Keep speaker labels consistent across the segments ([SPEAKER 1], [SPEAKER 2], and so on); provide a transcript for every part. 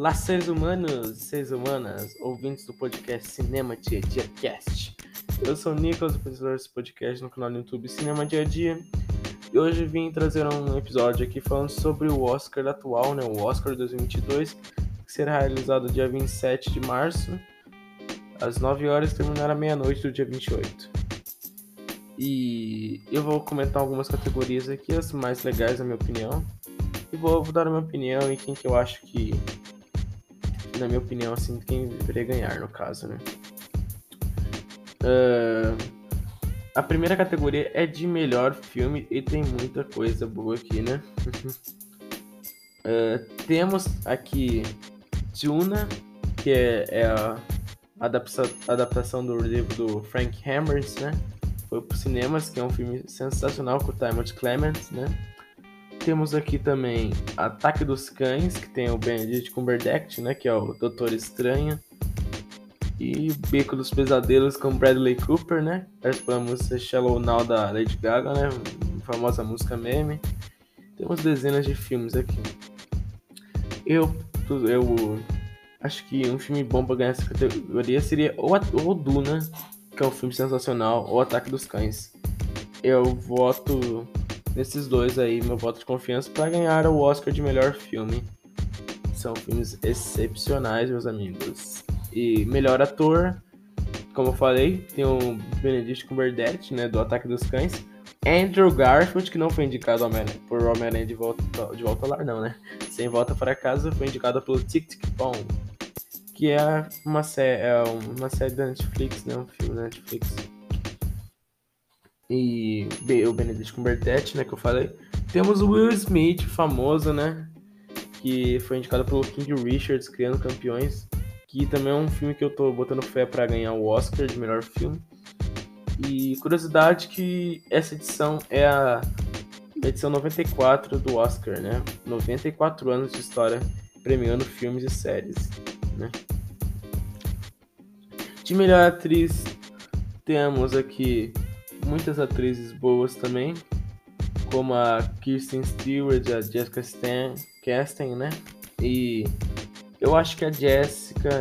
[SPEAKER 1] Olá, seres humanos, seres humanas, ouvintes do podcast Cinema Dia a Dia Cast. Eu sou o Nicolas, apresentador desse podcast no canal do YouTube Cinema Dia a Dia. E hoje vim trazer um episódio aqui falando sobre o Oscar atual, o Oscar 2022, que será realizado dia 27 de março, às 9 horas, e terminará meia-noite do dia 28. E eu vou comentar algumas categorias aqui, as mais legais na minha opinião. E vou dar a minha opinião e quem que eu acho que, na minha opinião, assim, quem deveria ganhar, no caso, né? A primeira categoria é de melhor filme e tem muita coisa boa aqui, né? Temos aqui Duna, que é a adaptação do livro do Frank Herbert, né? Foi para os cinemas, que é um filme sensacional com o Timothée Chalamet, né? Temos aqui também Ataque dos Cães, que tem o Benedict Cumberbatch, né? Que é o Doutor Estranho. E Beco dos Pesadelos com Bradley Cooper, né? Parece pela música Shallow Now da Lady Gaga, né? Famosa música meme. Temos dezenas de filmes aqui. Eu acho que um filme bom pra ganhar essa categoria seria ou Duna, que é um filme sensacional, ou Ataque dos Cães. Eu voto nesses dois aí, meu voto de confiança, para ganhar o Oscar de melhor filme. São filmes excepcionais, meus amigos. E melhor ator, como eu falei, tem o Benedict Cumberbatch, né, do Ataque dos Cães. Andrew Garfield, que não foi indicado por Homem-Aranha de volta ao lar, não, né? Sem Volta para Casa, foi indicado pelo Tic Tic Boom, que é uma série da Netflix, né? Um filme da Netflix. E o Benedict Cumberbatch, né, que eu falei. Temos o Will Smith, famoso, né? Que foi indicado pelo King Richards, Criando Campeões, que também é um filme que eu tô botando fé para ganhar o Oscar de melhor filme. E curiosidade que essa edição é a edição 94 do Oscar, né? 94 anos de história premiando filmes e séries, né? De melhor atriz, temos aqui muitas atrizes boas também, como a Kristen Stewart, a Jessica Chastain, né? E eu acho que a Jessica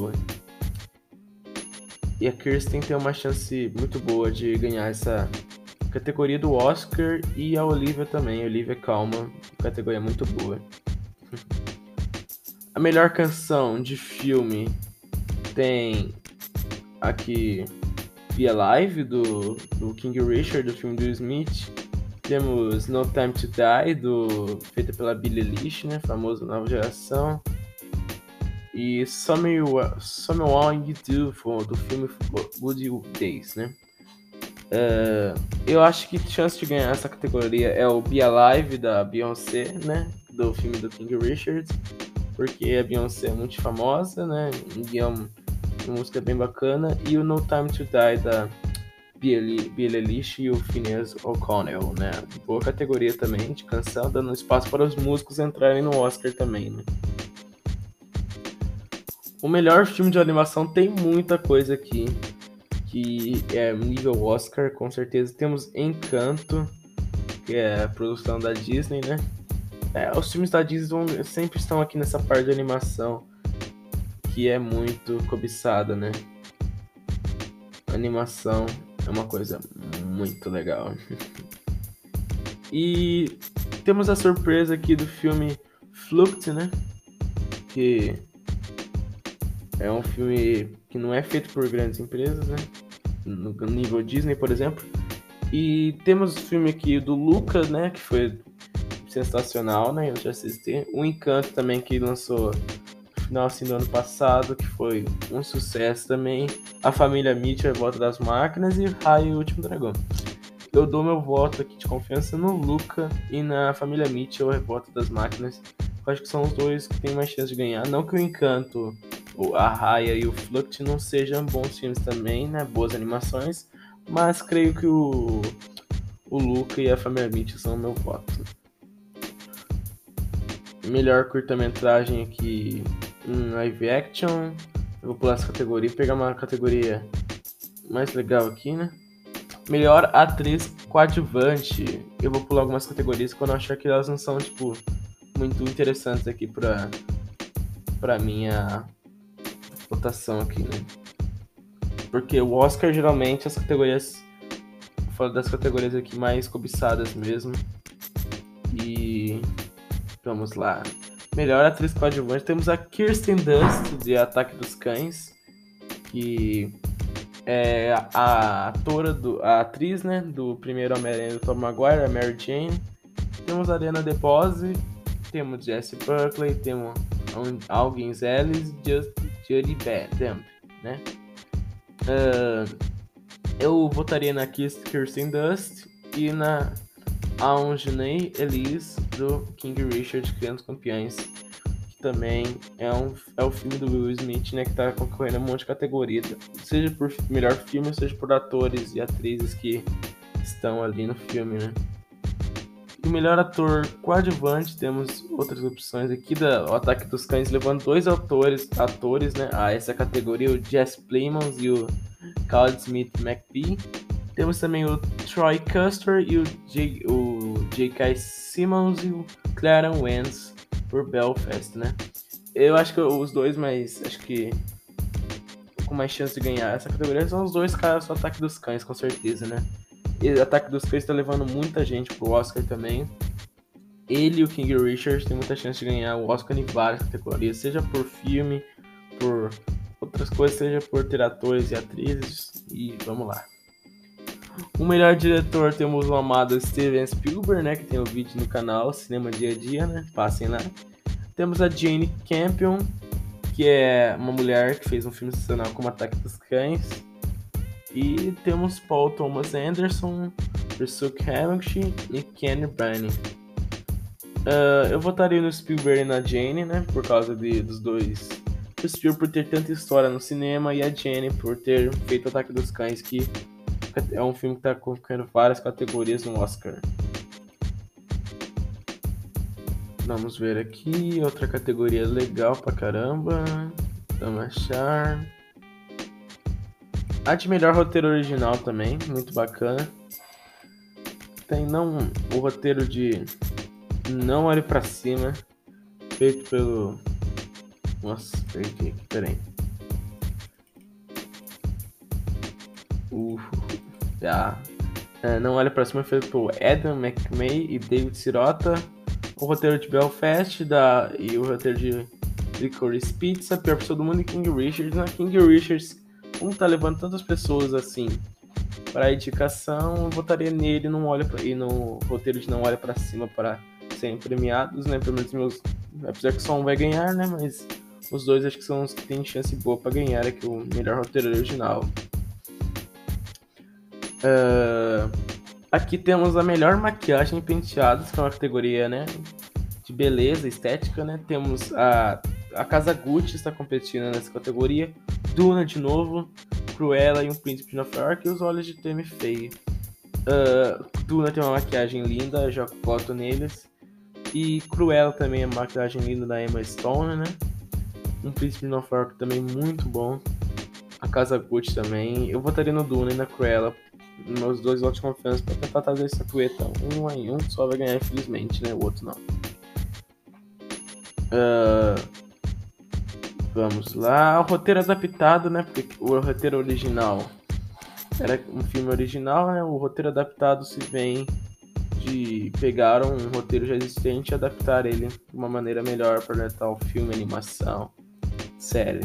[SPEAKER 1] e a Kirsten tem uma chance muito boa de ganhar essa categoria do Oscar, e a Olivia também, Olivia Colman, categoria muito boa. A melhor canção de filme tem aqui Be Alive, do King Richard, do filme do Smith. Temos No Time to Die, feita pela Billie Eilish, né, famoso Nova Geração. E Somewhere You Do, do filme Good Days, né? Eu acho que chance de ganhar essa categoria é o Be Alive, da Beyoncé, né? Do filme do King Richard, porque a Beyoncé é muito famosa, né? E é uma música bem bacana. E o No Time to Die, da Billie Eilish e o Finneas O'Connell, né? Boa categoria também de canção, dando espaço para os músicos entrarem no Oscar também, né? O melhor filme de animação tem muita coisa aqui, que é nível Oscar, com certeza. Temos Encanto, que é a produção da Disney, né? Os filmes da Disney sempre estão aqui nessa parte de animação, que é muito cobiçada, né? A animação é uma coisa muito legal. E temos a surpresa aqui do filme Flucht, né? Que é um filme que não é feito por grandes empresas, né? No nível Disney, por exemplo. E temos o filme aqui do Luca, né? Que foi sensacional, né? Eu já assisti. O Encanto também, que lançou no final assim, do ano passado, que foi um sucesso também. A Família Mitchell, A Volta das Máquinas, e Raya e o Último Dragão. Eu dou meu voto aqui de confiança no Luca e na Família Mitchell, A Volta das Máquinas. Eu acho que são os dois que têm mais chance de ganhar. Não que o Encanto, a Raya e o Flucht não sejam bons filmes também, né? Boas animações, mas creio que o Luca e a Família Mitchell são o meu voto. Melhor curta-metragem aqui em live action. Eu vou pular essa categoria e pegar uma categoria mais legal aqui, né? Melhor atriz coadjuvante. Eu vou pular algumas categorias quando eu achar que elas não são, muito interessantes aqui pra pra minha votação aqui, né? Porque o Oscar, geralmente, as categorias... Eu falo das categorias aqui mais cobiçadas mesmo. E... Vamos lá. Melhor atriz coadjuvante. Temos a Kirsten Dunst, de Ataque dos Cães. Que é a atriz, né? Do primeiro Homem-Aranha do Tobey Maguire, a Mary Jane. Temos a Ariana DeBose. Temos Jessie Buckley. Temos Alguns Ellis. Judy Dench, né? Eu votaria na Kirsten Dunst e na Aunjanue Elise do King Richard Criando Campeões, que também é o filme do Will Smith, né, que tá concorrendo a um monte de categoria, seja por melhor filme, seja por atores e atrizes que estão ali no filme, né. E o melhor ator coadjuvante, temos outras opções aqui, o Ataque dos Cães, levando dois atores, né, a essa categoria, o Jesse Plemons e o Cloud Smith McPhee. Temos também o Troy Custer e o J.K. Simmons e o Clarence Wentz por Belfast, né? Eu acho que os dois acho que com mais chance de ganhar essa categoria são os dois caras do Ataque dos Cães, com certeza, né? E o Ataque dos Cães tá levando muita gente pro Oscar também. Ele e o King Richard têm muita chance de ganhar o Oscar em várias categorias, seja por filme, por outras coisas, seja por ter atores e atrizes, e vamos lá. O melhor diretor temos o amado Steven Spielberg, né, que tem o vídeo no canal Cinema Dia a Dia, né, passem lá. Temos a Jane Campion, que é uma mulher que fez um filme sensacional como Ataque dos Cães. E temos Paul Thomas Anderson, Suk Hamilton e Ken Branagh. Eu votaria no Spielberg e na Jane, né, por causa dos dois. O Spielberg por ter tanta história no cinema e a Jane por ter feito Ataque dos Cães, que é um filme que tá concorrendo várias categorias no Oscar. Vamos ver aqui, outra categoria legal pra caramba. Vamos achar. A de melhor roteiro original também, muito bacana. Tem o roteiro de Não Olhe Pra Cima, feito pelo... Nossa, perdi aqui, peraí. Não Olhe Pra Cima, feito por Adam McKay e David Sirota. O roteiro de Belfast e o roteiro de Licorice Pizza, Pior Pessoa do Mundo e King Richard. Na King Richard, como tá levando tantas pessoas assim para indicação, eu votaria nele e no roteiro de Não Olha Pra Cima para serem premiados, né? Pelo menos apesar que só um vai ganhar, né? Mas os dois acho que são os que tem chance boa para ganhar aqui o melhor roteiro original. Aqui temos a melhor maquiagem e penteados, que é uma categoria, né, de beleza, estética, né? Temos a Casa Gucci está competindo nessa categoria. Duna de novo, Cruella e Um Príncipe de Nova York e Os Olhos de Tammy Faye. Duna tem uma maquiagem linda, já voto neles. E Cruella também é uma maquiagem linda da Emma Stone, né? Um Príncipe de Nova York também muito bom. A Casa Gucci também. Eu votaria no Duna e na Cruella. Meus dois votos de confiança para tentar trazer essa estatueta. Um só vai ganhar, infelizmente, né? O outro não. Vamos lá. O roteiro adaptado, né? Porque o roteiro original era um filme original, né? O roteiro adaptado se vem de pegar um roteiro já existente e adaptar ele de uma maneira melhor para adaptar o filme, animação, série.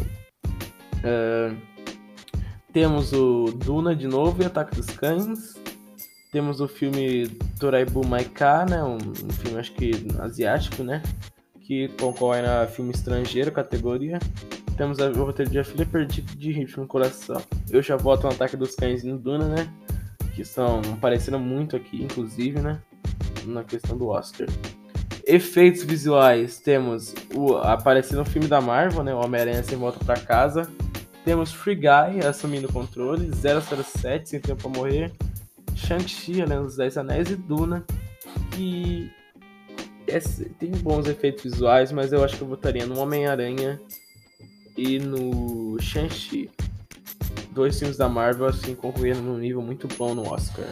[SPEAKER 1] Temos o Duna de novo e Ataque dos Cães. Temos o filme Doraibu Maika, né? Um filme, acho que asiático, né? Que concorre na filme estrangeiro categoria. Temos o roteiro de A Filha Perdida de Ritmo no Coração. Eu já voto no Ataque dos Cães e no Duna, né? Que são aparecendo muito aqui, inclusive, né? Na questão do Oscar. Efeitos visuais, temos aparecendo no filme da Marvel, né? O Homem-Aranha Sem Volta Pra Casa. Temos Free Guy assumindo o controle, 007 Sem Tempo Pra Morrer, Shang-Chi, A Lenda dos 10 Anéis e Duna, que tem bons efeitos visuais, mas eu acho que eu votaria no Homem-Aranha e no Shang-Chi. Dois filmes da Marvel assim concorrendo num nível muito bom no Oscar.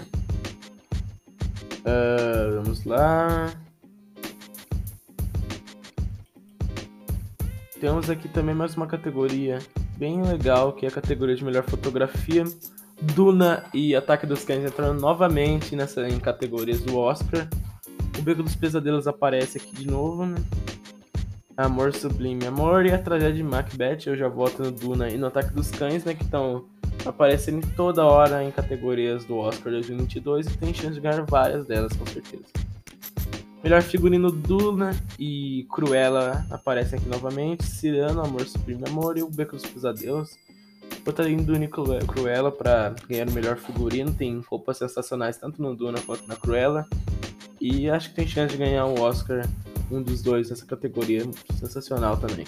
[SPEAKER 1] Vamos lá. Temos aqui também mais uma categoria bem legal, que é a categoria de melhor fotografia. Duna e Ataque dos Cães entrando novamente em categorias do Oscar. O Beco dos Pesadelos aparece aqui de novo, né? Amor Sublime Amor e a Tragédia de Macbeth. Eu já voto no Duna e no Ataque dos Cães, né? Que estão aparecendo toda hora em categorias do Oscar 2022 e tem chance de ganhar várias delas, com certeza. Melhor figurino, Duna e Cruella aparecem aqui novamente. Cyrano, Amor Sublime Amor e o Beco dos Pesadelos. Botaria em Duna e Cruella para ganhar o melhor figurino. Tem roupas sensacionais tanto no Duna quanto na Cruella. E acho que tem chance de ganhar um Oscar, um dos dois nessa categoria. Sensacional também.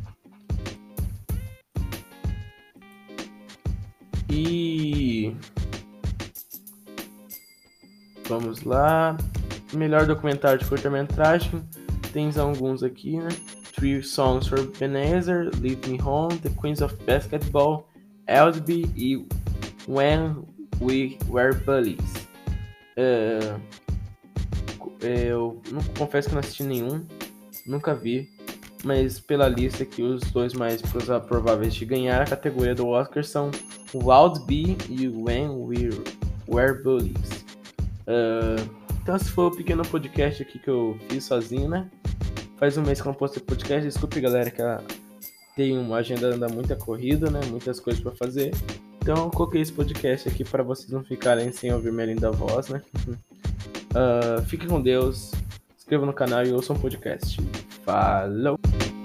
[SPEAKER 1] E vamos lá. Melhor documentário de curta-metragem. Tens alguns aqui, né? Three Songs for Ebenezer, Leave Me Home, The Queens of Basketball, Elderby e When We Were Bullies. Eu não confesso que não assisti nenhum, nunca vi, mas pela lista aqui os dois mais prováveis de ganhar a categoria do Oscar são Wild Bee e When We Were Bullies. Então esse foi o pequeno podcast aqui que eu fiz sozinho, né? Faz um mês que eu não postei podcast, desculpe galera que tem uma agenda anda muita corrida, né? Muitas coisas pra fazer. Então eu coloquei esse podcast aqui para vocês não ficarem sem ouvir minha linda voz, né? Fiquem com Deus, se inscrevam no canal e ouçam o podcast. Falou!